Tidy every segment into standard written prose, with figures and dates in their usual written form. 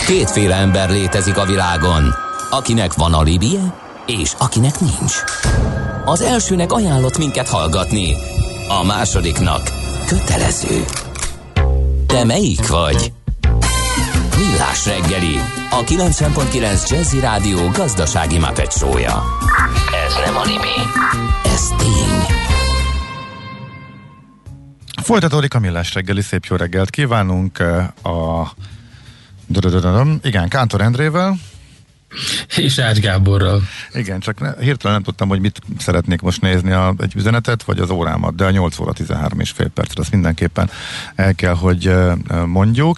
Kétféle ember létezik a világon, akinek van alibije, és akinek nincs. Az elsőnek ajánlott minket hallgatni, a másodiknak kötelező. Te melyik vagy? Millás reggeli, a 90.9 Jazzy Rádió gazdasági Muppet show-ja. Ez nem anime, ez tény. Folytatódik a Millás reggeli, szép jó reggelt kívánunk igen, Kántor Endrével. És Ács Gáborral. Igen, csak hirtelen nem tudtam, hogy mit szeretnék most nézni, egy üzenetet, vagy az órámat, de a 8 óra 13 és fél percet azt mindenképpen el kell, hogy mondjuk.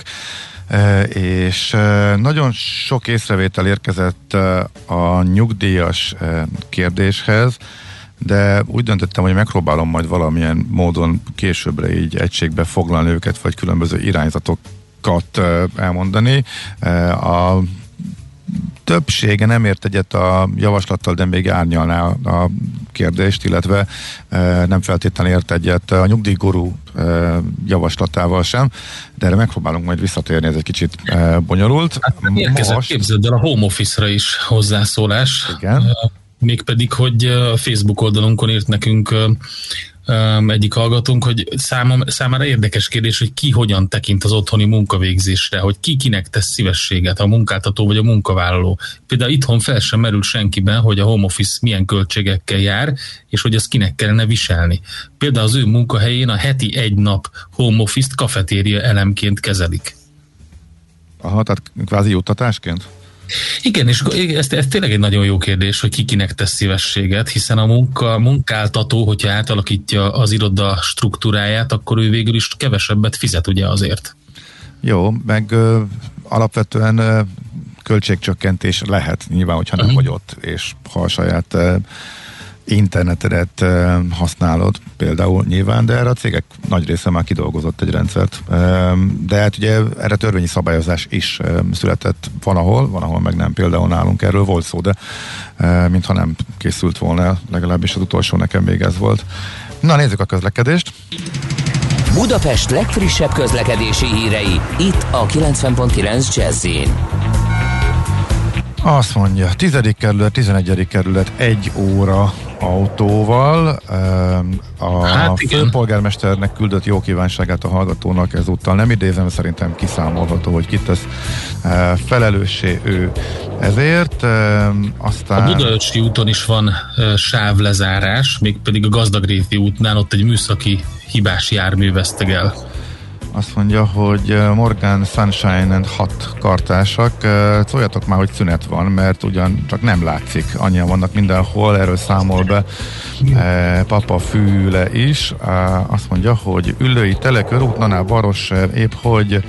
És nagyon sok észrevétel érkezett a nyugdíjas kérdéshez, de úgy döntöttem, hogy megpróbálom majd valamilyen módon későbbre így egységbe foglalni őket, vagy különböző irányzatokat elmondani. A többsége nem ért egyet a javaslattal, de még árnyalná a kérdést, illetve nem feltétlenül ért egyet a nyugdíjgurú javaslatával sem, de erre megpróbálunk majd visszatérni, ez egy kicsit bonyolult. Hát érkezett, képzeld el, a home office-ra is hozzászólás. Igen. Mégpedig, hogy a Facebook oldalunkon írt nekünk egyik hallgatónk, hogy számára érdekes kérdés, hogy ki hogyan tekint az otthoni munkavégzésre, hogy ki kinek tesz szívességet, a munkáltató vagy a munkavállaló. Például itthon fel sem merül senkiben, hogy a home office milyen költségekkel jár, és hogy ezt kinek kellene viselni. Például az ő munkahelyén a heti egy nap home office-t kafetéria elemként kezelik. Aha, tehát kvázi juttatásként? Igen, és ez tényleg egy nagyon jó kérdés, hogy kinek tesz szívességet, hiszen a munkáltató, hogyha átalakítja az iroda struktúráját, akkor ő végül is kevesebbet fizet ugye azért. Jó, meg alapvetően költségcsökkentés lehet nyilván, hogyha nem vagy ott, és ha a saját internetedet használod például nyilván, de erre a cégek nagy része már kidolgozott egy rendszert. De hát ugye erre törvényi szabályozás is született, van ahol meg nem, például nálunk erről volt szó, de mintha nem készült volna el, legalábbis az utolsó nekem még ez volt. Na, nézzük a közlekedést. Budapest legfrissebb közlekedési hírei, itt a 90.9 Jazz-in. Azt mondja, 10. kerület, 11. kerület 1 óra autóval. A főpolgármesternek küldött jó kívánságát a hallgatónak ezúttal nem idézem, szerintem kiszámolható, hogy kit tesz felelőssé ő ezért. Aztán... A Budaörsi úton is van sávlezárás, mégpedig a Gazdagréti útnál ott egy műszaki hibás jármű vesztegel. Azt mondja, hogy Morgan Sunshine and 6 kartársak, szóljatok már, hogy szünet van, mert ugyan csak nem látszik, annyian vannak mindenhol, erről számol be Papa Füle is. Azt mondja, hogy Üllői Telekörútnál Baros épp hogy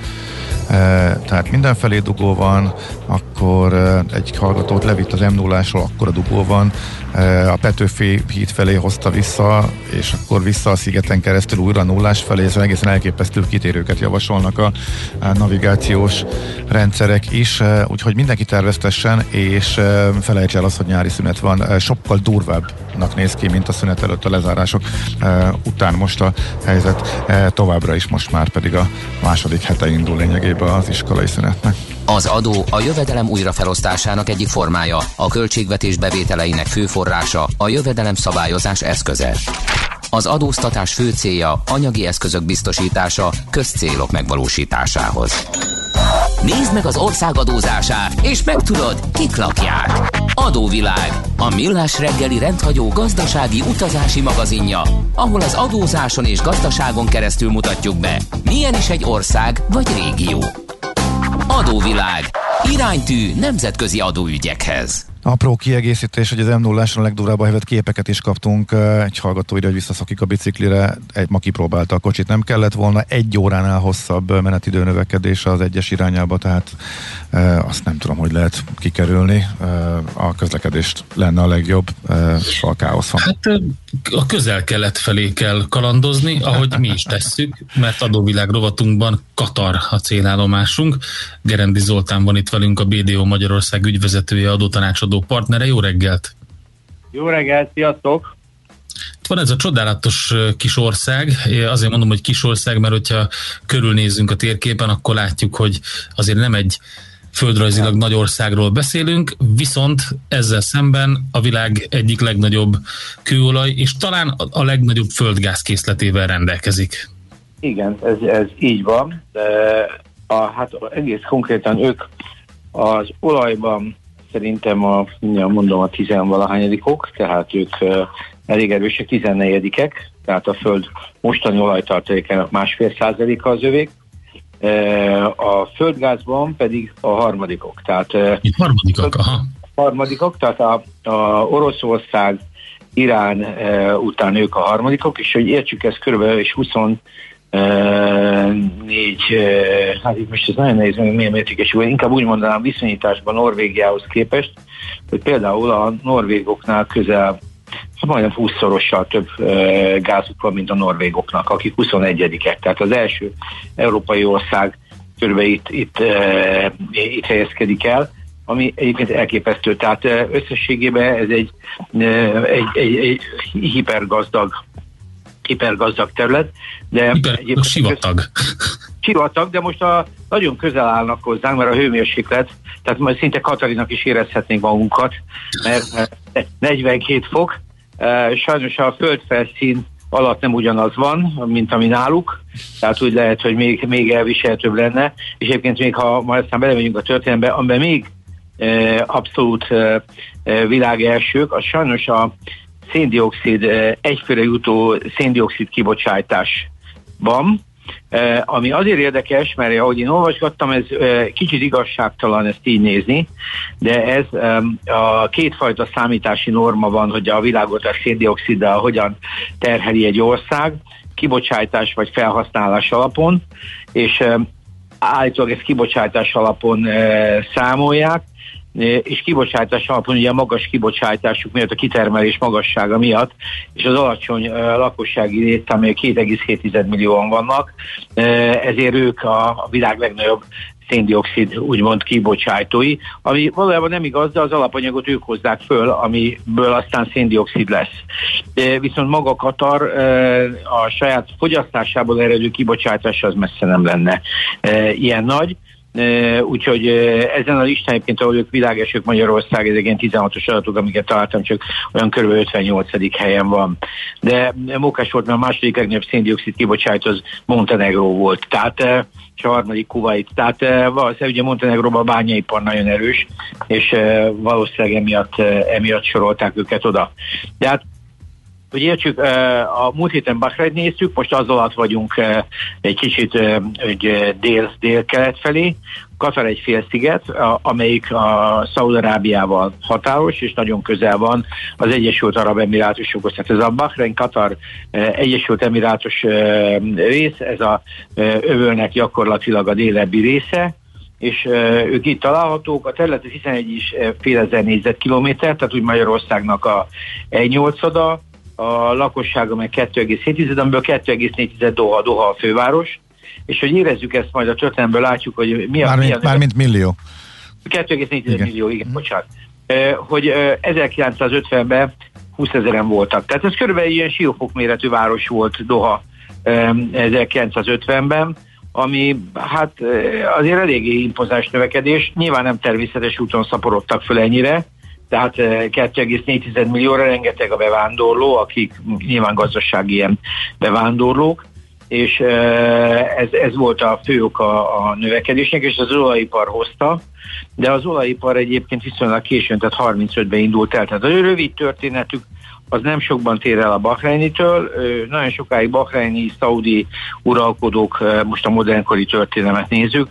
tehát mindenfelé dugó van, akkor egy hallgatót levitt az M0-ásról, akkor a dugó van, a Petőfi híd felé hozta vissza, és akkor vissza a szigeten keresztül újra nullás felé, és egészen elképesztő kitérőket javasolnak a navigációs rendszerek is, úgyhogy mindenki terveztessen, és felejts el azt, hogy nyári szünet van, sokkal durvábbnak néz ki, mint a szünet előtt a lezárások után most a helyzet továbbra is, most már pedig a második hete indul lényegében az iskolai szünetnek. Az adó a jövedelem újrafelosztásának egyik formája, a költségvetés bevételeinek fő forrása, a jövedelem szabályozás eszköze. Az adóztatás fő célja anyagi eszközök biztosítása közcélok megvalósításához. Nézd meg az ország adózását, és megtudod, kik lakják. Adóvilág, a millás reggeli rendhagyó gazdasági utazási magazinja, ahol az adózáson és gazdaságon keresztül mutatjuk be, milyen is egy ország vagy régió. Adóvilág. Iránytű nemzetközi adóügyekhez. Apró kiegészítés, hogy az M0-áson a legdurvább helyett képeket is kaptunk. Egy hallgató ide, hogy visszaszokik a biciklire. Ma kipróbálta a kocsit, nem kellett volna. 1 óránál hosszabb menetidő növekedése az egyes irányába, tehát azt nem tudom, hogy lehet kikerülni. A közlekedést lenne a legjobb, és a káosz van. Hát a Közel-Kelet felé kell kalandozni, ahogy mi is tesszük, mert adóvilág rovatunkban Katar a célállomásunk. Gerendi Zoltán van itt velünk, a BDO Magyarország ügyvezetője, adótanácsadó partnere. Jó reggelt! Jó reggelt, sziasztok! Itt van ez a csodálatos kis ország, azért mondom, hogy kis ország, mert hogyha körülnézzünk a térképen, akkor látjuk, hogy azért nem egy földrajzilag nagy országról beszélünk, viszont ezzel szemben a világ egyik legnagyobb kőolaj, és talán a legnagyobb földgázkészletével rendelkezik. Igen, ez így van. Hát egész konkrétan ők az olajban szerintem mondom a 10-valahányadikok, tehát ők elég erősek, 14-ek, tehát a föld mostani olajtartalékának 1,5%-a az övék. A földgázban pedig a harmadikok. Tehát harmadikok, tehát a Oroszország, Irán után ők a harmadikok, és hogy értsük ezt körülbelül, és 24, hát itt most ez nagyon nehéz, milyen mértékes, inkább úgy mondanám viszonyításban Norvégiához képest, hogy például a norvégoknál közel majdnem 20-szorossal több gázuk van, mint a norvégoknak, akik 21-ek. Tehát az első európai ország körülbelül itt helyezkedik el, ami egyébként elképesztő. Tehát összességében ez egy hipergazdag terület. De sivatag, de most nagyon közel állnak hozzánk, mert a hőmérséklet, tehát majd szinte Katarinak is érezhetnénk magunkat, mert 42 fok, sajnos a földfelszín alatt nem ugyanaz van, mint ami náluk, tehát úgy lehet, hogy még elviselhetőbb lenne, és egyébként még ha majd aztán belemegyünk a történetbe, amiben még abszolút világ elsők, az sajnos a széndioxid, egyfőre jutó széndioxid kibocsátásban, ami azért érdekes, mert ahogy én olvasgattam, ez kicsit igazságtalan ezt így nézni, de ez a kétfajta számítási norma van, hogy a világot a széndioxiddal hogyan terheli egy ország, kibocsátás vagy felhasználás alapon, és állítólag ezt kibocsátás alapon számolják, és kibocsátás alapon ugye a magas kibocsátásuk miatt, a kitermelés magassága miatt, és az alacsony lakossági létszámok 2,7 millióan vannak, ezért ők a világ legnagyobb széndioxid úgymond kibocsátói, ami valójában nem igaz, de az alapanyagot ők hozzák föl, amiből aztán széndioxid lesz. Viszont maga Katar a saját fogyasztásából eredő kibocsátása az messze nem lenne ilyen nagy. Úgyhogy ezen a listán egyébként, ahol ők világesek, Magyarország, ezek ilyen 16-os adatok, amiket találtam, csak olyan kb. 58. helyen van. De mókás volt, mert a második legnagyobb széndioxid kibocsátó az Montenegró volt, tehát és a harmadik Kuwait. Tehát valószínűleg ugye Montenegróban a bányaipar nagyon erős, és valószínűleg emiatt sorolták őket oda. De hát hogy értsük, a múlt héten Bahreint néztük, most az alatt vagyunk egy kicsit dél-kelet felé. Katar egy félsziget, amelyik a Szaúd-Arábiával határos, és nagyon közel van az Egyesült Arab Emirátusokhoz. Tehát ez a Bahrein-Katar Egyesült Emirátus rész, ez a öbölnek gyakorlatilag a délebbi része, és ők itt találhatók, a terület 11.500 négyzetkilométer, tehát úgy Magyarországnak a 1/8, a lakossága meg 2,7, amiből 2,4 Doha a főváros, és hogy érezzük ezt majd a történetből, látjuk, hogy Mármint millió. 2,4 millió, igen, bocsánat. Hogy 1950-ben 20 000-en voltak. Tehát ez körülbelül ilyen Siófok méretű város volt Doha 1950-ben, ami hát azért eléggé impozáns növekedés. Nyilván nem természetes úton szaporodtak föl ennyire, tehát 2,4 millióra rengeteg a bevándorló, akik nyilván gazdasági ilyen bevándorlók, és ez volt a fő oka a növekedésnek, és az olajipar hozta, de az olajipar egyébként viszonylag későn, tehát 35-ben indult el. Tehát a rövid történetük az nem sokban tér el a bahreinitől, nagyon sokáig bahreini, szaudi uralkodók, most a modernkori történelmet nézzük,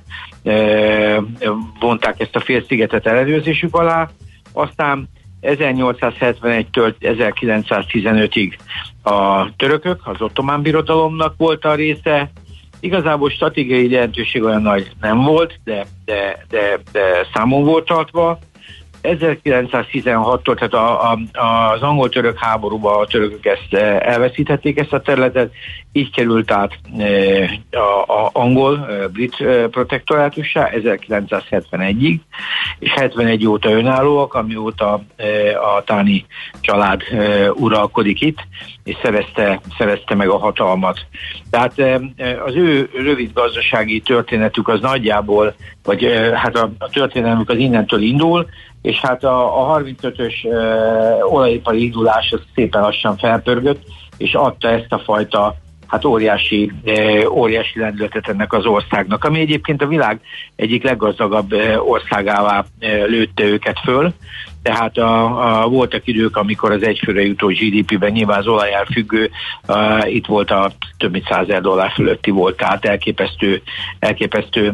vonták ezt a félszigetet ellenőrzésük alá, aztán 1871-től 1915-ig a törökök, az ottomán birodalomnak volt a része. Igazából stratégiai jelentőség olyan nagy nem volt, de számon volt tartva. 1916-tól, tehát az angol-török háborúban a törökök ezt elveszítették, ezt a területet, így került át a angol-brit protektorátussá 1971-ig, és 71 óta önállóak, amióta a Thani család uralkodik itt, és szerezte meg a hatalmat. Tehát az ő rövid gazdasági történetük az nagyjából, vagy hát a történelmük az innentől indul, és hát a 35-ös olajipari indulás az szépen lassan felpörgött, és adta ezt a fajta hát óriási lendületet ennek az országnak, ami egyébként a világ egyik leggazdagabb országává lőtte őket föl. Tehát voltak idők, amikor az egyfőre jutó GDP-ben nyilván az olajár függő, itt volt a több mint $100,000 fölötti volt, tehát elképesztő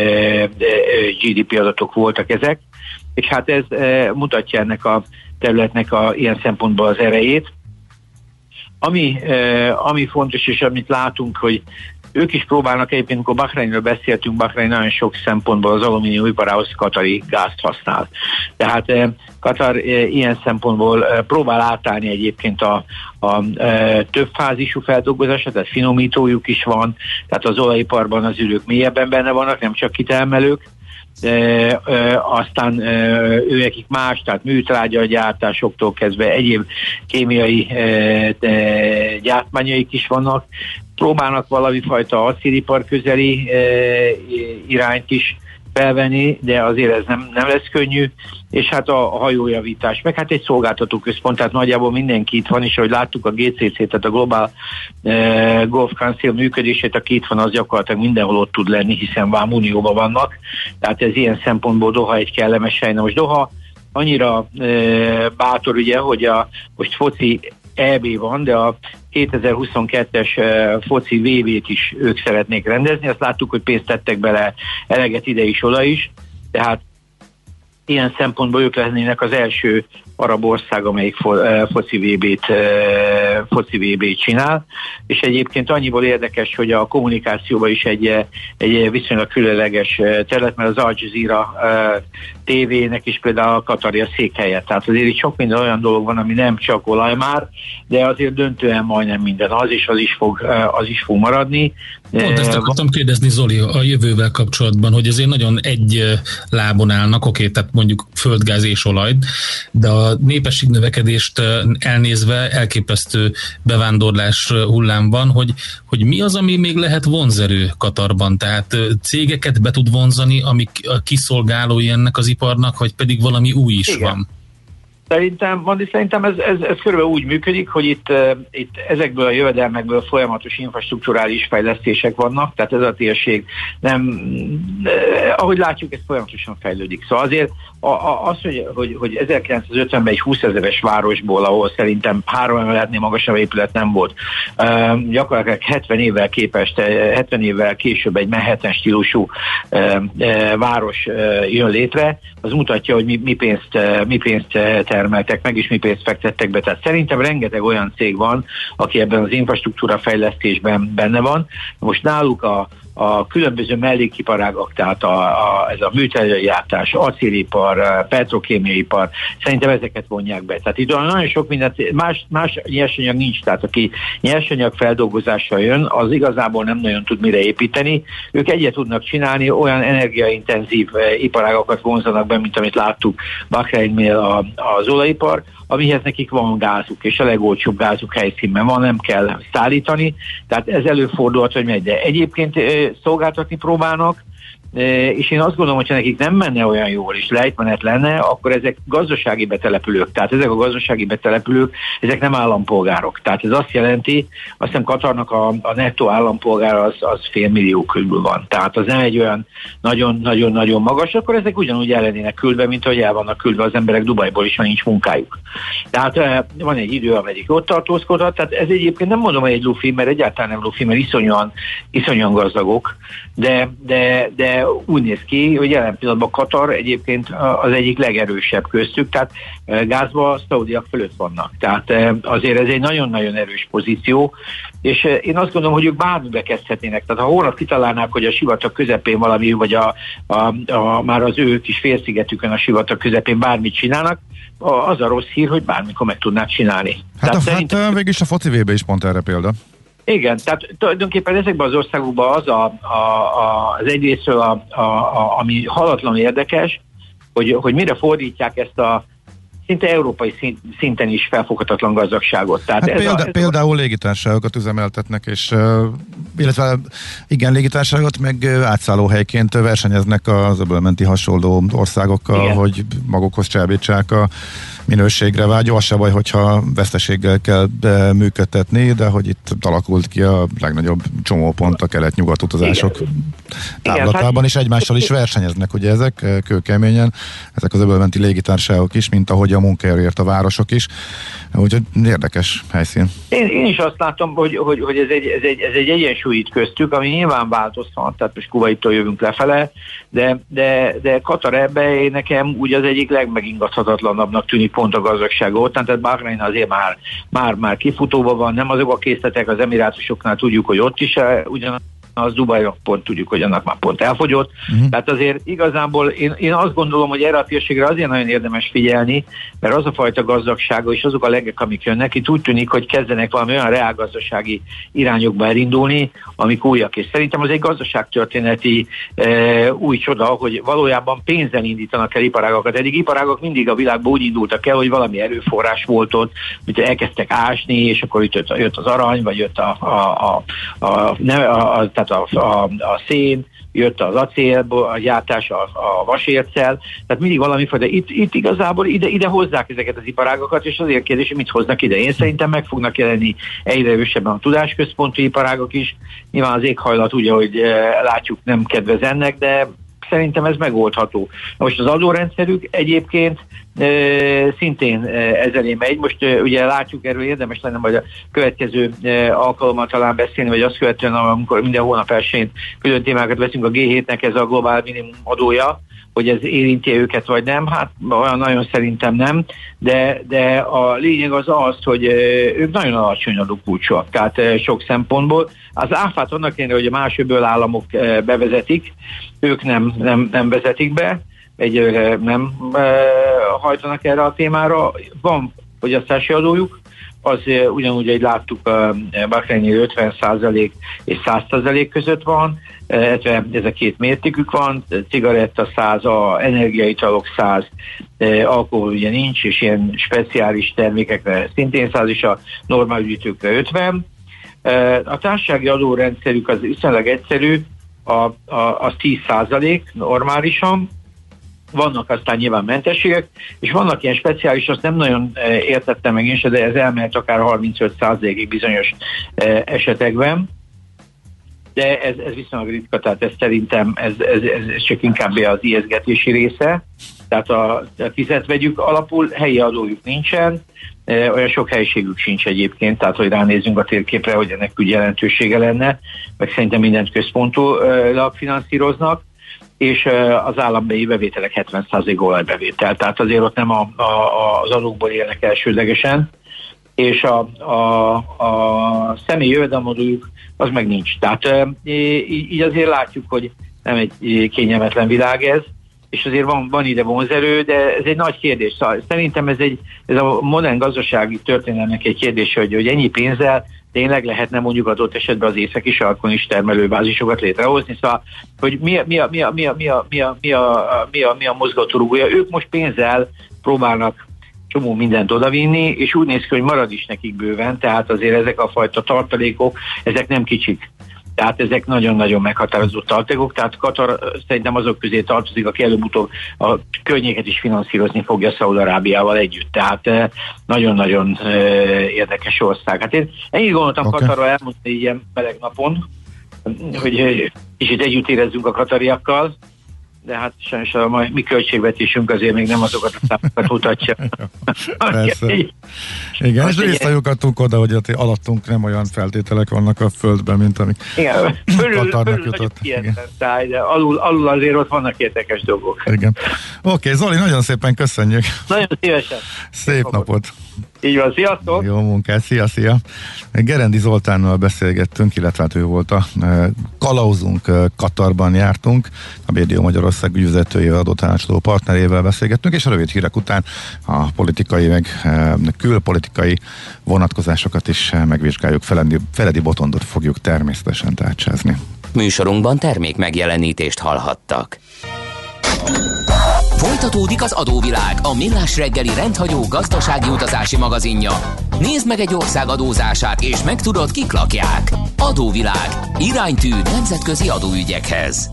GDP adatok voltak ezek, és hát ez mutatja ennek a területnek ilyen szempontból az erejét. Ami fontos, és amit látunk, hogy ők is próbálnak egyébként, amikor Bahreinről beszéltünk, Bahrein nagyon sok szempontból az alumíniumiparához katari gázt használ. Tehát Katar ilyen szempontból próbál átállni egyébként a több fázisú feldolgozásra, tehát finomítójuk is van, tehát az olajiparban az ülők mélyebben benne vannak, nem csak kitermelők, aztán őkik más, tehát műtrágyagyártásoktól kezdve egyéb kémiai gyártmányaik is vannak, próbálnak valami fajta acélipar közeli irányt is felvenni, de azért ez nem lesz könnyű, és hát a hajójavítás, meg hát egy szolgáltató központ, tehát nagyjából mindenki itt van, és ahogy láttuk a GCC, tehát a Global Gulf Council működését, aki itt van, az gyakorlatilag mindenhol ott tud lenni, hiszen Vámunióban vannak, tehát ez ilyen szempontból Doha egy kellemes hely. Na most Doha annyira bátor, ugye, hogy most foci EB van, de a 2022-es foci VB-t is ők szeretnék rendezni, azt láttuk, hogy pénzt tettek bele eleget ide is, oda is, tehát ilyen szempontból ők lennének az első arab ország, amelyik foci VB-t csinál, és egyébként annyiból érdekes, hogy a kommunikációban is egy viszonylag különleges terület, mert az Al Jazeera TV-nek is például a Katari a székhelye. Tehát azért itt sok minden olyan dolog van, ami nem csak olaj már, de azért döntően majdnem minden az is fog maradni. Pont ezt akartam kérdezni, Zoli, a jövővel kapcsolatban, hogy azért nagyon egy lábon állnak, oké, tehát mondjuk földgáz és olaj, de a népességnövekedést elnézve elképesztő bevándorlás hullám van, hogy mi az, ami még lehet vonzerő Katarban? Tehát cégeket be tud vonzani, amik a kiszolgálói ennek az iparnak, vagy pedig valami új is igen. van? Szerintem ez körülbelül úgy működik, hogy itt ezekből a jövedelmekből folyamatos infrastrukturális fejlesztések vannak, tehát ez a térség nem, ahogy látjuk, ez folyamatosan fejlődik. Szóval azért az, hogy 1950-ben egy 20 000-es városból, ahol szerintem 3 emeletnél magasabb épület nem volt, gyakorlatilag 70 évvel később egy Manhattan stílusú város jön létre, az mutatja, hogy mi pénzt termeltek meg, és mi pénzt fektettek be. Tehát szerintem rengeteg olyan cég van, aki ebben az infrastruktúra fejlesztésben benne van. Most náluk a különböző mellékiparágak, tehát ez a műtrágyagyártás, acélipar, petrokémiaipar, szerintem ezeket vonják be. Tehát itt nagyon sok mindent, más nyersanyag nincs, tehát aki nyersanyag feldolgozással jön, az igazából nem nagyon tud mire építeni. Ők egyet tudnak csinálni, olyan energiaintenzív iparágakat vonzanak be, mint amit láttuk Bahreinnél az olajipar, amihez nekik van gázuk, és a legolcsóbb gázuk helyszínben van, nem kell szállítani, tehát ez előfordulhat, hogy megy, de egyébként szolgáltatni próbálnak, és én azt gondolom, hogyha nekik nem menne olyan jól, és lejtmenet lenne, akkor ezek gazdasági betelepülők. Tehát ezek a gazdasági betelepülők, ezek nem állampolgárok. Tehát ez azt jelenti, azt hiszem Katarnak a nettó állampolgára az 500 000 körül van. Tehát az nem egy olyan nagyon-nagyon magas, akkor ezek ugyanúgy el lennének küldve, mint ahogy el vannak küldve az emberek Dubajból is, ha nincs munkájuk. Tehát van egy idő, amelyik ott tartózkodhat. Tehát ez egyébként nem mondom, hogy egy lufi, mert egyáltalán nem lufi, mert iszonyan gazdagok, de de úgy néz ki, hogy jelen pillanatban Katar egyébként az egyik legerősebb köztük, tehát gázban a szaudiak fölött vannak. Tehát azért ez egy nagyon-nagyon erős pozíció, és én azt gondolom, hogy ők bármibe kezdhetnének. Tehát ha holnap kitalálnák, hogy a sivatag közepén valami, vagy már az ő kis félszigetükön a sivatag közepén bármit csinálnak, az a rossz hír, hogy bármikor meg tudnák csinálni. Hát végülis a foci VB is pont erre példa. Igen, tehát tulajdonképpen ezekben az országokban az egyrésztről, ami halatlanul érdekes, hogy mire fordítják ezt a szinte európai szinten is felfoghatatlan gazdagságot. Tehát hát például légitársaságokat üzemeltetnek, és illetve igen, légitársaságot meg átszállóhelyként versenyeznek az öbölmenti hasonló országokkal, igen, hogy magukhoz csábítsák a minőségre vágyó. Az se baj, hogyha veszteséggel kell működtetni, de hogy itt alakult ki a legnagyobb csomópont a kelet-nyugat utazások táblatában, és egymással is versenyeznek, ugye ezek kőkeményen, ezek az öbölmenti légitársaságok is, mint ahogy a munkáért a városok is. Úgyhogy érdekes helyszín. Én is azt látom, hogy ez egy egyensúly itt köztük, ami nyilván változhat, tehát most Kuwaittól jövünk lefele, de Katar ebbe nekem úgy az egyik legmegingathatatlanabbnak tűnik pont a gazdagság óta, tehát Bahrein azért már kifutóban van, nem azok a készletek, az Emirátusoknál tudjuk, hogy ott is ugyanaz, az Dubajra pont tudjuk, hogy annak már pont elfogyott. Tehát azért igazából én azt gondolom, hogy erre a térségre azért nagyon érdemes figyelni, mert az a fajta gazdagsága és azok a legek, amik jönnek, itt úgy tűnik, hogy kezdenek valami olyan reálgazdasági irányokba elindulni, amik újak. És szerintem az egy gazdaságtörténeti új csoda, hogy valójában pénzzel indítanak el iparágakat. Eddig iparágak mindig a világban úgy indultak el, hogy valami erőforrás volt ott, hogy elkezdtek ásni, és akkor jött az arany, vagy jött a szén, jött az acél, a gyártás, a vasérccel, tehát mindig valamifajta, itt igazából ide hozzák ezeket az iparágokat, és azért kérdés, hogy mit hoznak ide. Én szerintem meg fognak jelenni egyre erősebben a tudásközpontú iparágok is. Nyilván az éghajlat ugye, hogy látjuk, nem kedvez ennek, de szerintem ez megoldható. Most az adórendszerük egyébként szintén ezzel megy. Most ugye látjuk, erről érdemes lenne majd a következő alkalommal talán beszélni, vagy azt követően, amikor minden hónap elsőjén külön témákat veszünk, a G7-nek ez a globál minimum adója, hogy ez érinti őket vagy nem, hát olyan nagyon szerintem nem, de a lényeg az, hogy ők nagyon alacsony adókulcsúak, tehát sok szempontból. Az áfát annak ellenére, hogy a más öböl államok bevezetik, ők nem vezetik be, egyelőre nem hajtanak erre a témára. Van fogyasztási adójuk, az ugyanúgy, hogy láttuk, a Bahreini 50% és 100% között van, ez a két mértékük van, cigaretta 100, energiaitalok 100, alkohol ugye nincs, és ilyen speciális termékekre szintén 100, és a normál ügyítőkre 50. A társasági adórendszerük az viszonylag egyszerű, az 10% normálisan, vannak aztán nyilván mentességek, és vannak ilyen speciális, azt nem nagyon értettem meg én se, de ez elmehet akár 35%-ig bizonyos esetekben, de ez viszonylag ritka, tehát ez szerintem ez csak inkább az ijeszgetési része, tehát a fizetvegyük alapul, helyi adójuk nincsen, olyan sok helyiségük sincs egyébként, tehát hogy ránézzünk a térképre, hogy ennek úgy jelentősége lenne, meg szerintem mindent központilag finanszíroznak, és az állambeli bevételek 70% olajbevétel, tehát azért ott nem az adókból élnek elsődlegesen, és a személyi jövedelemadójuk az meg nincs. Tehát így azért látjuk, hogy nem egy kényelmetlen világ ez, és azért van ide vonzerő, de ez egy nagy kérdés. Szóval szerintem ez a modern gazdasági történelmek egy kérdés, hogy ennyi pénzzel tényleg lehetne mondjuk adott esetben az északi sarkon is termelőbázisokat létrehozni, szóval, hogy mi a mozgatórugója. Ők most pénzzel próbálnak csomó mindent odavinni, és úgy néz ki, hogy marad is nekik bőven, tehát azért ezek a fajta tartalékok, ezek nem kicsik. Tehát ezek nagyon-nagyon meghatározó tartalékok, tehát Katar szerintem azok közé tartozik, aki előbb-utóbb a környéket is finanszírozni fogja Szaúd-Arábiával együtt. Tehát nagyon-nagyon érdekes ország. Hát én ennyit gondoltam Katarra elmondani ilyen meleg napon, hogy kicsit együtt érezzünk a katariakkal, de hát sajnos a mi költségvetésünk azért még nem azokat a számokat mutatja. Persze. Igen, és visszajukadtunk oda, hogy alattunk nem olyan feltételek vannak a földben, mint amik Katarnak jutott. De alul azért ott vannak érdekes dolgok. Igen. Oké, Zoli, nagyon szépen köszönjük. Nagyon szívesen. Szép napot. Így van, sziasztok! Jó munkát, szia! Gerendi Zoltánnal beszélgettünk, illetve hát ő volt a kalauzunk, Katarban jártunk, a BDO Magyarország ügyvezetőjével, adótanácsadó partnerével beszélgettünk, és a rövid hírek után a politikai, meg külpolitikai vonatkozásokat is megvizsgáljuk. Feledi Botondot fogjuk természetesen tárcsázni. Műsorunkban termék megjelenítést hallhattak. Folytatódik az Adóvilág, a millás reggeli rendhagyó gazdasági utazási magazinja. Nézd meg egy ország adózását, és megtudod, kik lakják. Adóvilág. Iránytű nemzetközi adóügyekhez.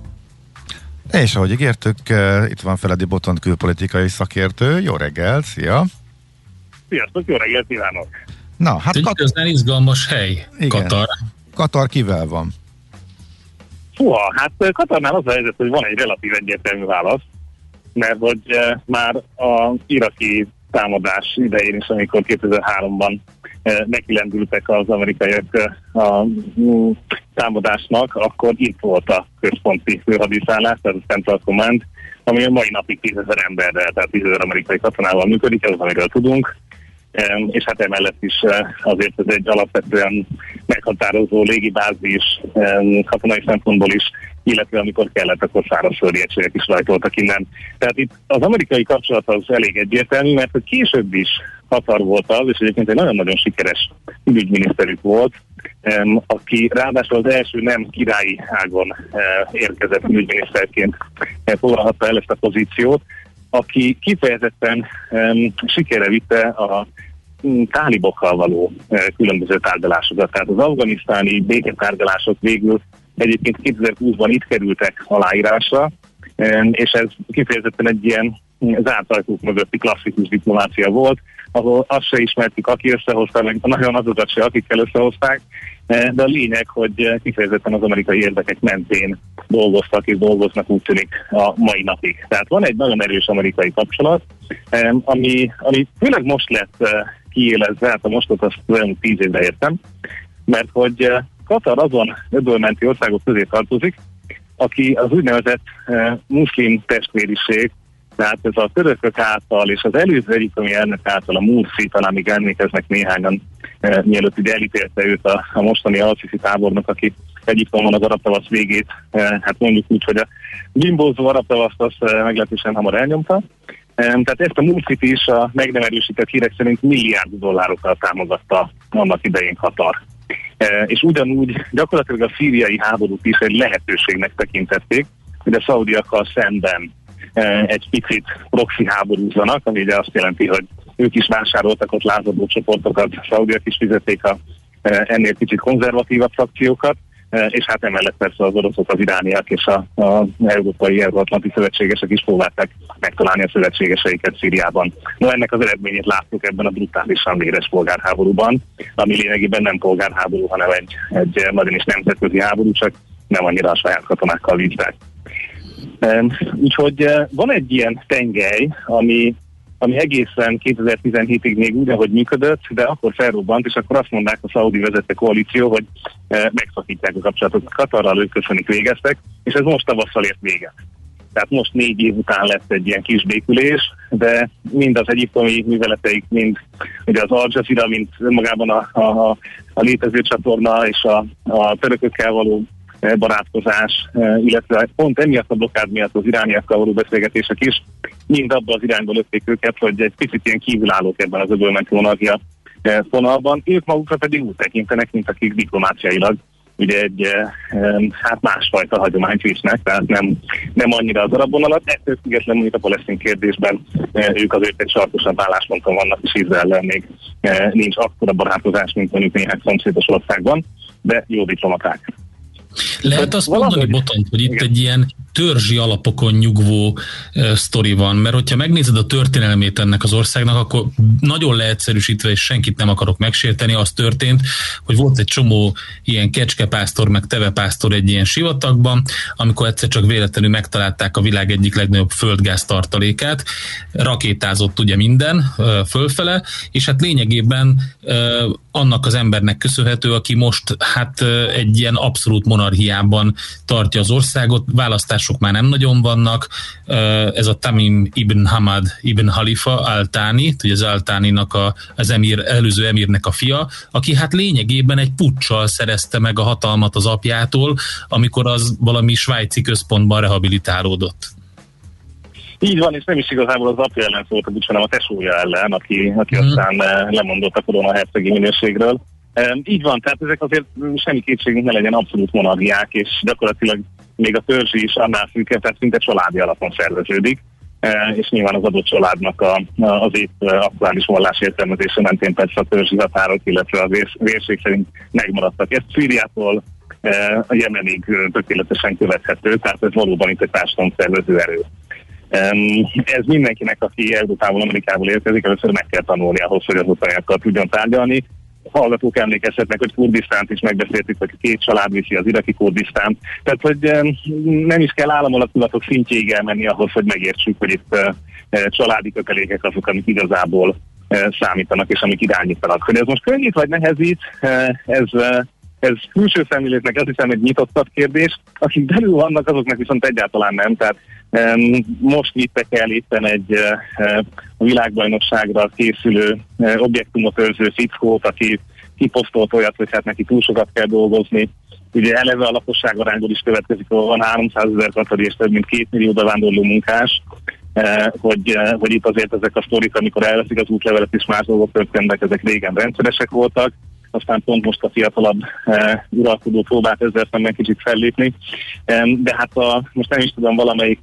És ahogy ígértük, itt van Feledi Botond külpolitikai szakértő. Jó reggel, szia! Sziasztok, jó reggelt kívánok! Na, hát közben izgalmas hely, igen. Katar. Katar kivel van? Húha, hát Katarnál az a helyzet, hogy van egy relatív egyértelmű válasz, mert hogy már a iraki támadás idején is, amikor 2003-ban nekilendültek az amerikaiak a támadásnak, akkor itt volt a központi főhadiszállás, tehát a Central Command, ami a mai napig 10 000 emberrel, tehát 10 000 amerikai katonával működik, ez az, amiről tudunk. És hát emellett is azért ez egy alapvetően meghatározó légibázis katonai szempontból is, illetve amikor kellett, akkor szárazföldi egységek is rajtoltak innen. Tehát itt az amerikai kapcsolat az elég egyértelmű, mert hogy később is Katar volt az, és egyébként egy nagyon-nagyon sikeres ügyminiszterük volt, aki ráadásul az első nem királyi ágon érkezett ügyminiszterként foglalhatta el ezt a pozíciót, aki kifejezetten sikerre vitte a tálibokkal való különböző tárgyalásokat. Tehát az afganisztáni béketárgyalások végül egyébként 2020-ban itt kerültek aláírásra, és ez kifejezetten egy ilyen zárt ajtók mögötti klasszikus diplomácia volt, ahol azt se ismertük, aki összehozta, meg nagyon azokat se, akikkel összehozták, de a lényeg, hogy kifejezetten az amerikai érdekek mentén dolgoztak és dolgoznak, úgy tűnik, a mai napig. Tehát van egy nagyon erős amerikai kapcsolat, ami főleg most lett kiélezve, hát a mostot azt olyan 10 évre értem, mert hogy Katar azon öbölmenti országok közé tartozik, aki az úgynevezett muszlim testvériség, tehát ez a törökök által és az előző egyiptomi elnök által, a Mursi, talán még emlékeznek néhányan, mielőtt ugye elítélte őt a mostani al-Sisi tábornok, aki Egyiptomban az arab tavasz végét, hát mondjuk úgy, hogy a bimbózó arab tavaszt azt meglehetősen hamar elnyomta. Tehát ezt a Mursit is a meg nem erősített hírek szerint milliárd dollárokkal támogatta annak idején Katar. És ugyanúgy gyakorlatilag a szíriai háborút is egy lehetőségnek tekintették, hogy a szaudiakkal szemben egy picit proxy háborúzzanak, ami ugye azt jelenti, hogy ők is vásároltak ott lázadó csoportokat, a szaudiak is fizették ennél picit konzervatívabb frakciókat, és hát emellett persze az oroszok, az irániak és az európai euróatlanti szövetségesek is próbálták megtalálni a szövetségeseiket Szíriában. No, ennek az eredményét láttuk ebben a brutálisan véres polgárháborúban, ami lényegében nem polgárháború, hanem egy nagyon is nemzetközi háború, csak nem annyira a saját katonákkal vívták. Úgyhogy van egy ilyen tengely, ami egészen 2017-ig még úgy, ahogy működött, de akkor felrobbant, és akkor azt mondták a szaudi vezette koalíció, hogy megszakítják a kapcsolatot Katarral, ők köszönik végeztek, és ez most tavasszal ért véget. Tehát most 4 év után lett egy ilyen kis békülés, de mind az egyiptomi műveleteik, mind ugye az Al Jazeera, mint magában a létező csatorna, és a törökökkel való barátkozás, illetve pont emiatt a blokkád miatt az irániakkal való beszélgetések is mind abban az irányba lökték őket, hogy egy picit ilyen kívülállók ebben az öbölmenti monarchia vonalban. Ők magukra pedig úgy tekintenek, mint akik diplomáciailag ugye egy hát másfajta hagyományt visznek, tehát nem annyira az arab vonalat, ettől függetlenül, mint a palesztin kérdésben ők azért egy sarkosabb állásponton vannak, és Izraellel még nincs akkora barátkozás, mint mondjuk néhány szomszédos országban, de jó diplomaták. Lehet azt mondani, Botond, hogy itt egy ilyen törzsi alapokon nyugvó sztori van, mert hogyha megnézed a történelmét ennek az országnak, akkor nagyon leegyszerűsítve, és senkit nem akarok megsérteni, az történt, hogy volt egy csomó ilyen kecskepásztor, meg tevepásztor egy ilyen sivatagban, amikor egyszer csak véletlenül megtalálták a világ egyik legnagyobb földgáz tartalékát, rakétázott ugye minden fölfele, és hát lényegében annak az embernek köszönhető, aki most hát egy ilyen abszolút monarchiában tartja az országot, választások már nem nagyon vannak, ez a Tamim ibn Hamad ibn Khalifa al-Thani, ugye az al-Thaninak az előző emírnek a fia, aki hát lényegében egy puccsal szerezte meg a hatalmat az apjától, amikor az valami svájci központban rehabilitálódott. Így van, és nem is igazából az apja ellen szólt a puccs, hanem a tesója ellen, aki aztán lemondott a koronahercegi minőségről. Így van, tehát ezek azért semmi kétségünk ne legyen, abszolút monarchiák, és gyakorlatilag még a törzsi is annál szűkebb, tehát szinte családi alapon szerveződik, és nyilván az adott családnak az épp aktuális vallás értelmezése mentén persze a törzsi határok, illetve a vérség szerint megmaradtak. Ez Szíriától a Jemenig tökéletesen követhető, tehát ez valóban itt egy társadalomszervező erő. Ez mindenkinek, aki Európából, Amerikából érkezik, először meg kell tanulni ahhoz, hogy az ottaniakkal tudjon tárgyalni. Hallgatók emlékezhetnek, hogy Kurdisztánt is megbeszéltük, hogy két család viszi az iraki Kurdisztánt. Tehát, hogy nem is kell államalattulatok szintjéig elmenni ahhoz, hogy megértsük, hogy itt családi kötelékek azok, amik igazából számítanak és amik irányítanak. Hogy ez most könnyít vagy nehezít, ez külső szemléletnek azt hiszem egy nyitottabb kérdés, akik belül vannak, azoknak viszont egyáltalán nem. Tehát most vittek el éppen egy a világbajnokságra készülő objektumot őrző fickót, aki kiposztolt olyat, hogy hát neki túl sokat kell dolgozni. Ugye eleve a lakosságarányból is következik, ahol van 300 000 katari és több mint 2 millió bevándorló munkás, hogy itt azért ezek a sztorik, amikor elveszik az útlevelet és más dolgok történnek, ezek régen rendszeresek voltak. Aztán pont most a fiatalabb uralkodó próbált ezzel szemben kicsit fellépni. De hát most nem is tudom, valamelyik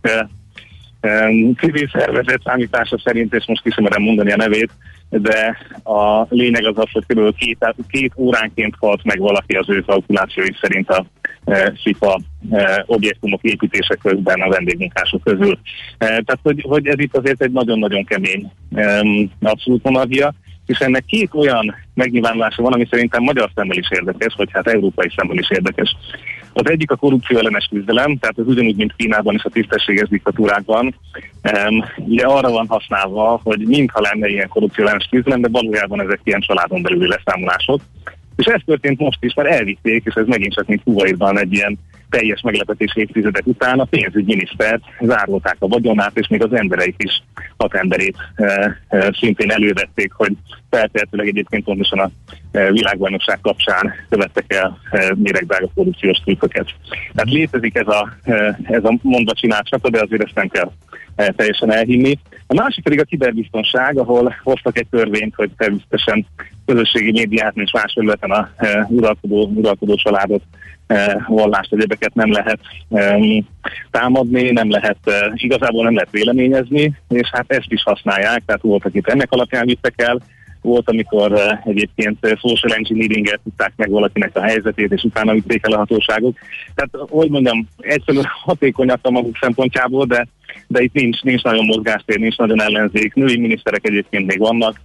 civil szervezet számítása szerint, és most kismerem mondani a nevét, de a lényeg az az, hogy kb. két óránként halt meg valaki az ő kalkulációi szerint a SZIPA objektumok építése közben a vendégmunkások közül. Tehát, hogy ez itt azért egy nagyon-nagyon kemény abszolút monarchia, és ennek két olyan megnyilvánulása van, ami szerintem magyar szemmel is érdekes, vagy hát európai szemmel is érdekes. Az egyik a korrupció ellenes küzdelem, tehát ez ugyanúgy, mint Kínában és a tisztességes diktatúrákban. Ugye arra van használva, hogy mintha lenne ilyen korrupció ellenes küzdelem, de valójában ezek ilyen családon belüli leszámolások. És ez történt most is, mert elvitték, és ez megint csak mint Kuwaitban egy ilyen teljes meglepetés évtizedek után a pénzügyminisztert, zárolták a vagyonát, és még az embereik is 6 emberét szintén elővették, hogy feltehetőleg egyébként pontosan a világbajnokság kapcsán követtek el méregdrága korrupciós trükköket. Tehát létezik ez a mondva csinált csata, de azért ezt nem kell teljesen elhinni. A másik pedig a kiberbiztonság, ahol hoztak egy törvényt, hogy természetesen közösségi médiát és más területen a uralkodó családot, vallást, egyebeket nem lehet támadni, igazából nem lehet véleményezni, és hát ezt is használják, tehát voltak itt ennek alapján vittek el, volt, amikor egyébként social engineering-et tudták meg valakinek a helyzetét, és utána vitték el a hatóságok. Tehát, hogy mondjam, egyszerűen hatékonyak a maguk szempontjából, de itt nincs nagyon mozgástér, nincs nagyon ellenzék. Női miniszterek egyébként még vannak,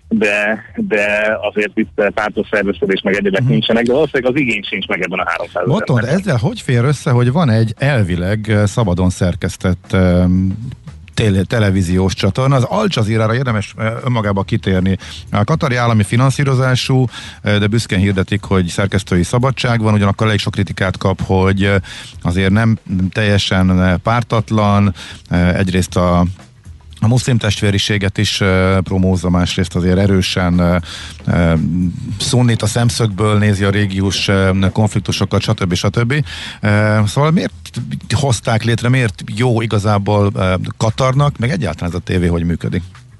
de azért itt pártos szervezkedés meg egyébek nincsenek, de valószínűleg az igény sincs meg ebben a 300 000. Botond, ezzel hogy fér össze, hogy van egy elvileg szabadon szerkesztett televíziós csatorna, az Al Jazeera-ra érdemes önmagába kitérni. A katari állami finanszírozású, de büszkén hirdetik, hogy szerkesztői szabadság van, ugyanakkor elég sok kritikát kap, hogy azért nem teljesen pártatlan, egyrészt a muszlim testvériséget is promózza, másrészt azért erősen szunnit a szemszögből nézi a régiós konfliktusokat, stb. Szóval miért hozták létre, miért jó igazából Katarnak, meg egyáltalán ez a tévé hogy működik?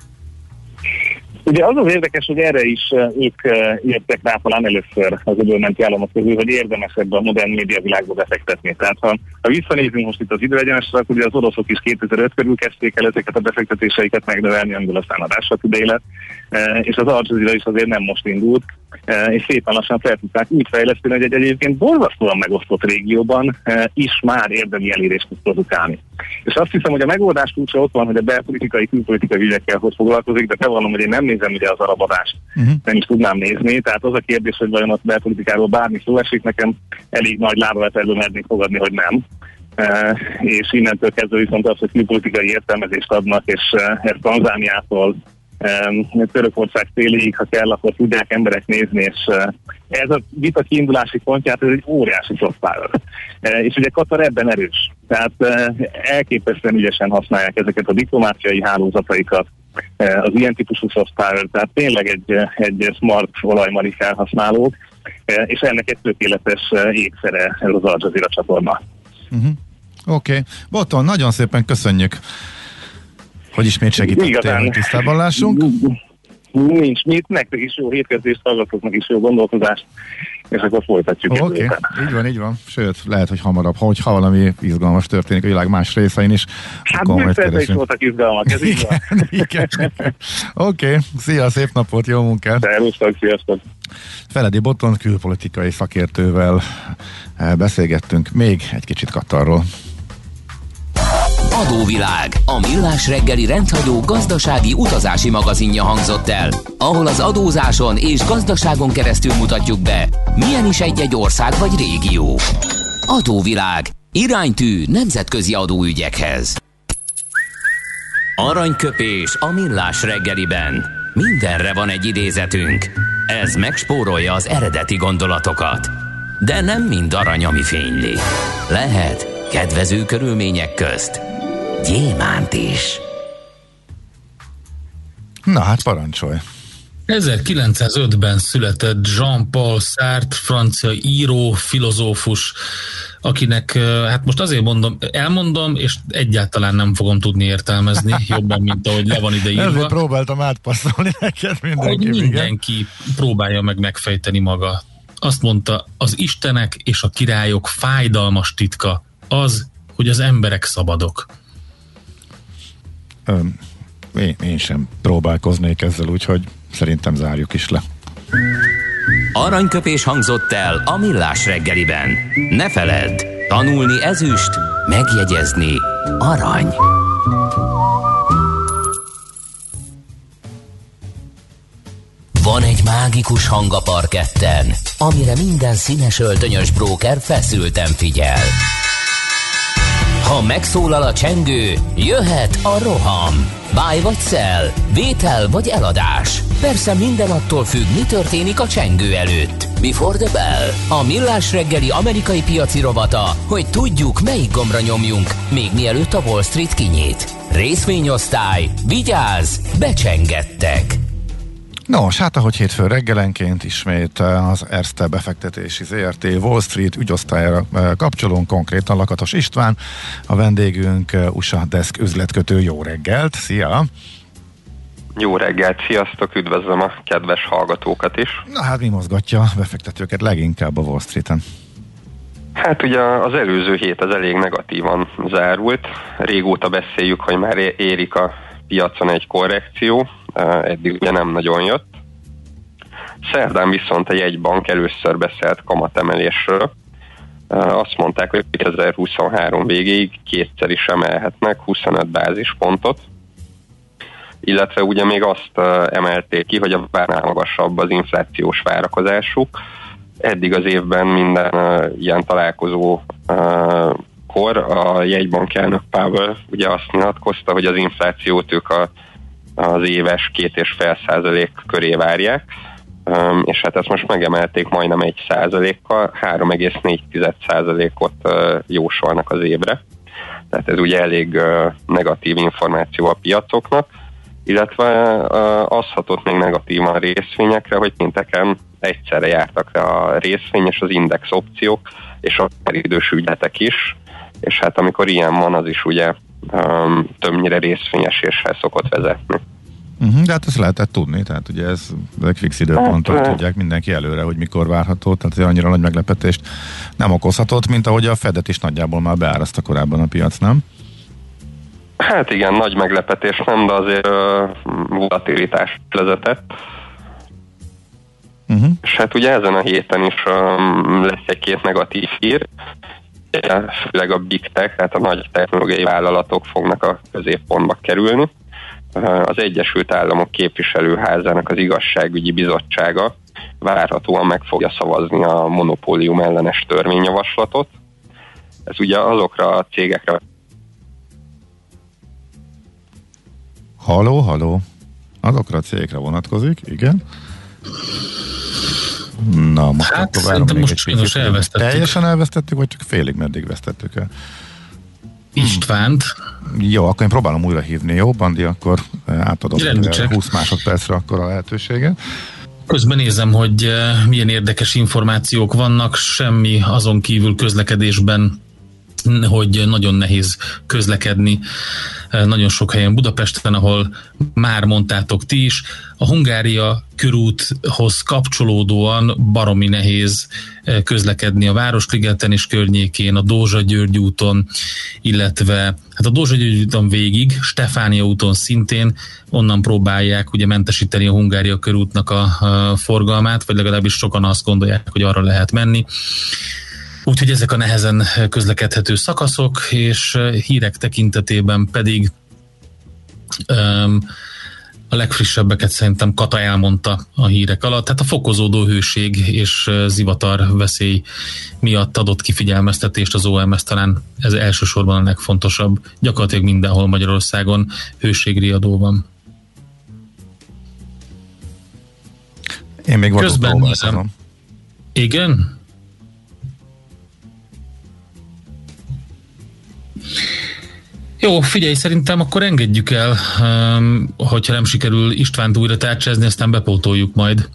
Ugye az az érdekes, hogy erre is ők jöttek rá talán először az öbölmenti államok közül, hogy érdemes ebben a modern médiavilágba befektetni. Tehát ha visszanézünk most itt az időegyenesre, akkor ugye az oroszok is 2005 körül kezdték el ezeket a befektetéseiket megnövelni, amiből aztán a Rássat ide élet, és az Al Jazeera is azért nem most indult. és szépen lassan fel tudták úgy fejleszteni, hogy egy egyébként borzasztóan megosztott régióban is már érdemi elérést tud produkálni. És azt hiszem, hogy a megoldás kulcsa ott van, hogy a belpolitikai, külpolitikai ügyekkel hogy foglalkozik, de bevallom, hogy én nem nézem ide az arab adást, nem is tudnám nézni, tehát az a kérdés, hogy vajon a belpolitikáról bármi szó esik, nekem elég nagy lábavetelből mernék fogadni, hogy nem. És innentől kezdve viszont az, hogy külpolitikai értelmezést adnak, és ezt Tanzániától Törökország széléig, ha kell, akkor tudják emberek nézni, és ez a vita kiindulási pontját, ez egy óriási soft power. És ugye Katar ebben erős. Tehát elképesztően ügyesen használják ezeket a diplomáciai hálózataikat, az ilyen típusú soft power, tehát tényleg egy smart olajmari felhasználók, és ennek egy tökéletes ékszere ez az Al Jazeera csatorna. Oké. Botton, nagyon szépen köszönjük, hogy ismét segítettél, hogy tisztában lássunk. Nincs mit, nektek is jó hétkezdést, hallgatóknak is jó gondolkozást, és akkor folytatjuk. Oké, így van. Sőt, lehet, hogy hamarabb, ha valami izgalmas történik a világ más részein is. Hát bőszerre is voltak izgalmak, ez így van. Igen. Oké, szia, szép napot, jó munkát! Szervusztok, sziasztok! Feledi Botton külpolitikai szakértővel beszélgettünk még egy kicsit Katarról. Adóvilág, a millás reggeli rendhagyó gazdasági utazási magazinja hangzott el, ahol az adózáson és gazdaságon keresztül mutatjuk be, milyen is egy-egy ország vagy régió. Adóvilág, iránytű nemzetközi adóügyekhez. Aranyköpés a millás reggeliben. Mindenre van egy idézetünk. Ez megspórolja az eredeti gondolatokat. De nem mind arany, ami fényli. Lehet kedvező körülmények közt gyémánt is. Na hát parancsolj. 1905-ben született Jean-Paul Sartre, francia író, filozófus, akinek, hát most azért elmondom, és egyáltalán nem fogom tudni értelmezni, jobban, mint ahogy le van ide írva. Ezért próbáltam átpasszolni neked mindenki próbálja meg megfejteni maga. Azt mondta, az istenek és a királyok fájdalmas titka az, hogy az emberek szabadok. Én sem próbálkoznék ezzel, úgyhogy szerintem zárjuk is le. Aranyköpés hangzott el a millás reggeliben. Ne feledd, tanulni ezüst, megjegyezni arany. Van egy mágikus hang a parketten, amire minden színes öltönyös bróker feszülten figyel. Ha megszólal a csengő, jöhet a roham. Buy vagy sell, vétel vagy eladás. Persze minden attól függ, mi történik a csengő előtt. Before the bell, a millás reggeli amerikai piaci rovata, hogy tudjuk, melyik gombra nyomjunk, még mielőtt a Wall Street kinyit. Részvényosztály, vigyázz, becsengettek! Nos, hát ahogy hétfő reggelenként ismét az Erste befektetési ZRT Wall Street ügyosztályra kapcsolunk, konkrétan Lakatos István, a vendégünk USA Desk üzletkötő. Jó reggelt, szia! Jó reggelt, sziasztok, üdvözlöm a kedves hallgatókat is. Na hát mi mozgatja a befektetőket leginkább a Wall Streeten? Hát ugye az előző hét az elég negatívan zárult, régóta beszéljük, hogy már érik a piacon egy korrekció, eddig ugye nem nagyon jött. Szerdán viszont a jegybank először beszélt kamatemelésről. Azt mondták, hogy 2023 végéig kétszer is emelhetnek 25 bázispontot, illetve ugye még azt emelték ki, hogy a várnál magasabb az inflációs várakozásuk. Eddig az évben minden ilyen találkozókor a jegybank elnök Powell ugye azt nyilatkozta, hogy az inflációt ők az éves 2,5% köré várják, és hát ezt most megemelték majdnem 1%-kal, 3,4%-ot jósolnak az évre. Tehát ez ugye elég negatív információ a piacoknak, illetve az hatott még negatívan a részvényekre, hogy pénteken egyszerre jártak le a részvény és az index opciók, és a idős ügyletek is, és hát amikor ilyen van, az is ugye többnyire részvényeséshez szokott vezetni. De hát ezt lehetett tudni, tehát ugye ezek fix időpontok, tudják mindenki előre, hogy mikor várható, tehát annyira nagy meglepetést nem okozhatott, mint ahogy a Fedet is nagyjából már beáraszta korábban a piac, nem? Hát igen, nagy meglepetés nem, de azért volatilitás vezetett. És hát ugye ezen a héten is lesz egy-két negatív hír, főleg a Big Tech, tehát a nagy technológiai vállalatok fognak a középpontba kerülni. Az Egyesült Államok képviselőházának az igazságügyi bizottsága várhatóan meg fogja szavazni a monopólium ellenes törvényjavaslatot. Ez ugye azokra a cégekre... Halló. Azokra a cégekre vonatkozik, igen. Na, most hát akkor szerintem most sajnos elvesztettük. Teljesen elvesztettük, vagy csak félig meddig vesztettük el? Istvánt. Jó, akkor én próbálom újra hívni, jó, Bandi, akkor átadom 20 másodpercre akkor a lehetőséget. Közben nézem, hogy milyen érdekes információk vannak, semmi azon kívül közlekedésben, hogy nagyon nehéz közlekedni nagyon sok helyen Budapesten, ahol már mondtátok ti is. A Hungária körúthoz kapcsolódóan baromi nehéz közlekedni a Városligeten és környékén, a Dózsa-György úton, illetve hát a Dózsa-György úton végig, Stefánia úton szintén, onnan próbálják ugye mentesíteni a Hungária körútnak a forgalmát, vagy legalábbis sokan azt gondolják, hogy arra lehet menni. Úgyhogy ezek a nehezen közlekedhető szakaszok, és hírek tekintetében pedig a legfrissebbeket szerintem Kata elmondta a hírek alatt. Tehát a fokozódó hőség és zivatar veszély miatt adott ki figyelmeztetést az OMS, talán ez elsősorban a legfontosabb. Gyakorlatilag mindenhol Magyarországon hőségriadó van. Én még közben nézem. Igen? Jó, figyelj, szerintem akkor engedjük el, hogyha nem sikerül Istvánt újra tárcsázni, aztán bepótoljuk majd.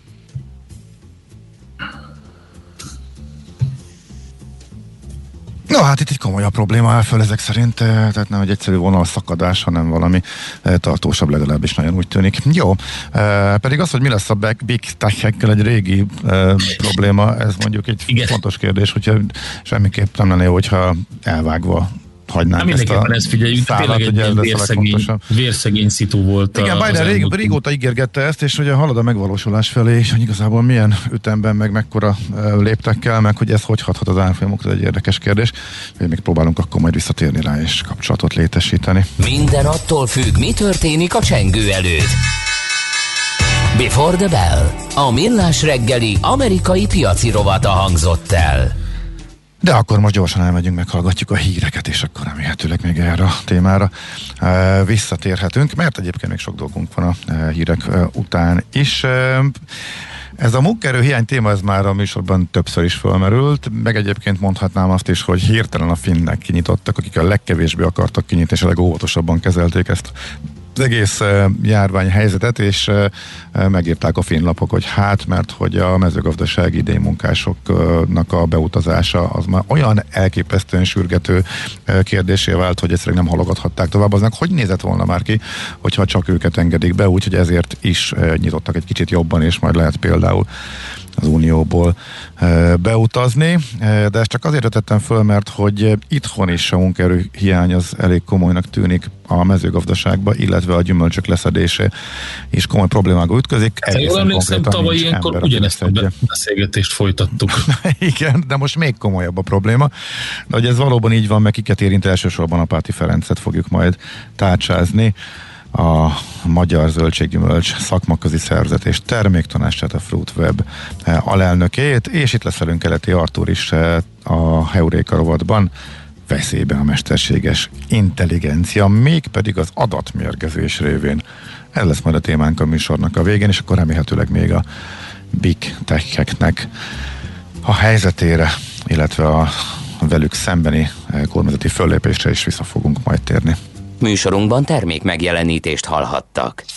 No, hát itt egy komolyabb probléma áll föl ezek szerint, tehát nem egy egyszerű vonalszakadás, hanem valami tartósabb, legalábbis nagyon úgy tűnik. Jó, pedig az, hogy mi lesz a Big Tech-ekkel, egy régi probléma, ez mondjuk egy fontos kérdés, hogyha semmiképp nem lenne jó, hogyha elvágva hagynánk ezt a szállat, ugye ez lesz a legfontosabb. Vérszegény szitu volt. Igen, Biden régóta ígérgette ezt, és ugye halad a megvalósulás felé, és hogy igazából milyen ütemben, meg mekkora léptekkel, meg hogy ez hogy hathat az árfolyamokra, egy érdekes kérdés. Még próbálunk akkor majd visszatérni rá, és kapcsolatot létesíteni. Minden attól függ, mi történik a csengő előtt. Before the Bell. A millás reggeli amerikai piaci rovata hangzott el. De akkor most gyorsan elmegyünk, meghallgatjuk a híreket, és akkor remélhetőleg még erre a témára visszatérhetünk, mert egyébként még sok dolgunk van a hírek után is. Ez a munkaerőhiány téma, ez már a műsorban többször is felmerült, meg egyébként mondhatnám azt is, hogy hirtelen a finnek kinyitottak, akik a legkevésbé akartak kinyitni, és a legóvatosabban kezelték ezt az egész járványhelyzetet, és megírták a finn lapok, hogy hát, mert hogy a mezőgazdasági idénymunkásoknak a beutazása az már olyan elképesztően sürgető kérdésé vált, hogy egyszerűen nem halogathatták tovább. Aznak hogy nézett volna már ki, hogyha csak őket engedik be, úgyhogy ezért is nyitottak egy kicsit jobban, és majd lehet például az Unióból beutazni, de ezt csak azért tettem föl, mert hogy itthon is a munkaerő hiány az elég komolynak tűnik a mezőgazdaságban, illetve a gyümölcsök leszedése is komoly problémákba ütközik. Jól emlékszem, tavaly ilyenkor ugyanezt a beszélgetést folytattuk. Igen, de most még komolyabb a probléma. De hogy ez valóban így van, meg kiket érint, elsősorban Apáti Ferencet fogjuk majd tárcsázni, a Magyar Zöldséggyümölcs Szakmaközi Szervezet és Terméktanácsát, a Fruit Web alelnökét, és itt lesz velünk Keleti Artúr is a Heuréka rovatban, veszélyben a mesterséges intelligencia, mégpedig az adatmérgezés révén. Ez lesz majd a témánk a műsornak a végén, és akkor remélhetőleg még a Big Tech-eknek a helyzetére, illetve a velük szembeni kormányzati föllépésre is vissza fogunk majd térni. Műsorunkban termék megjelenítést hallhattak.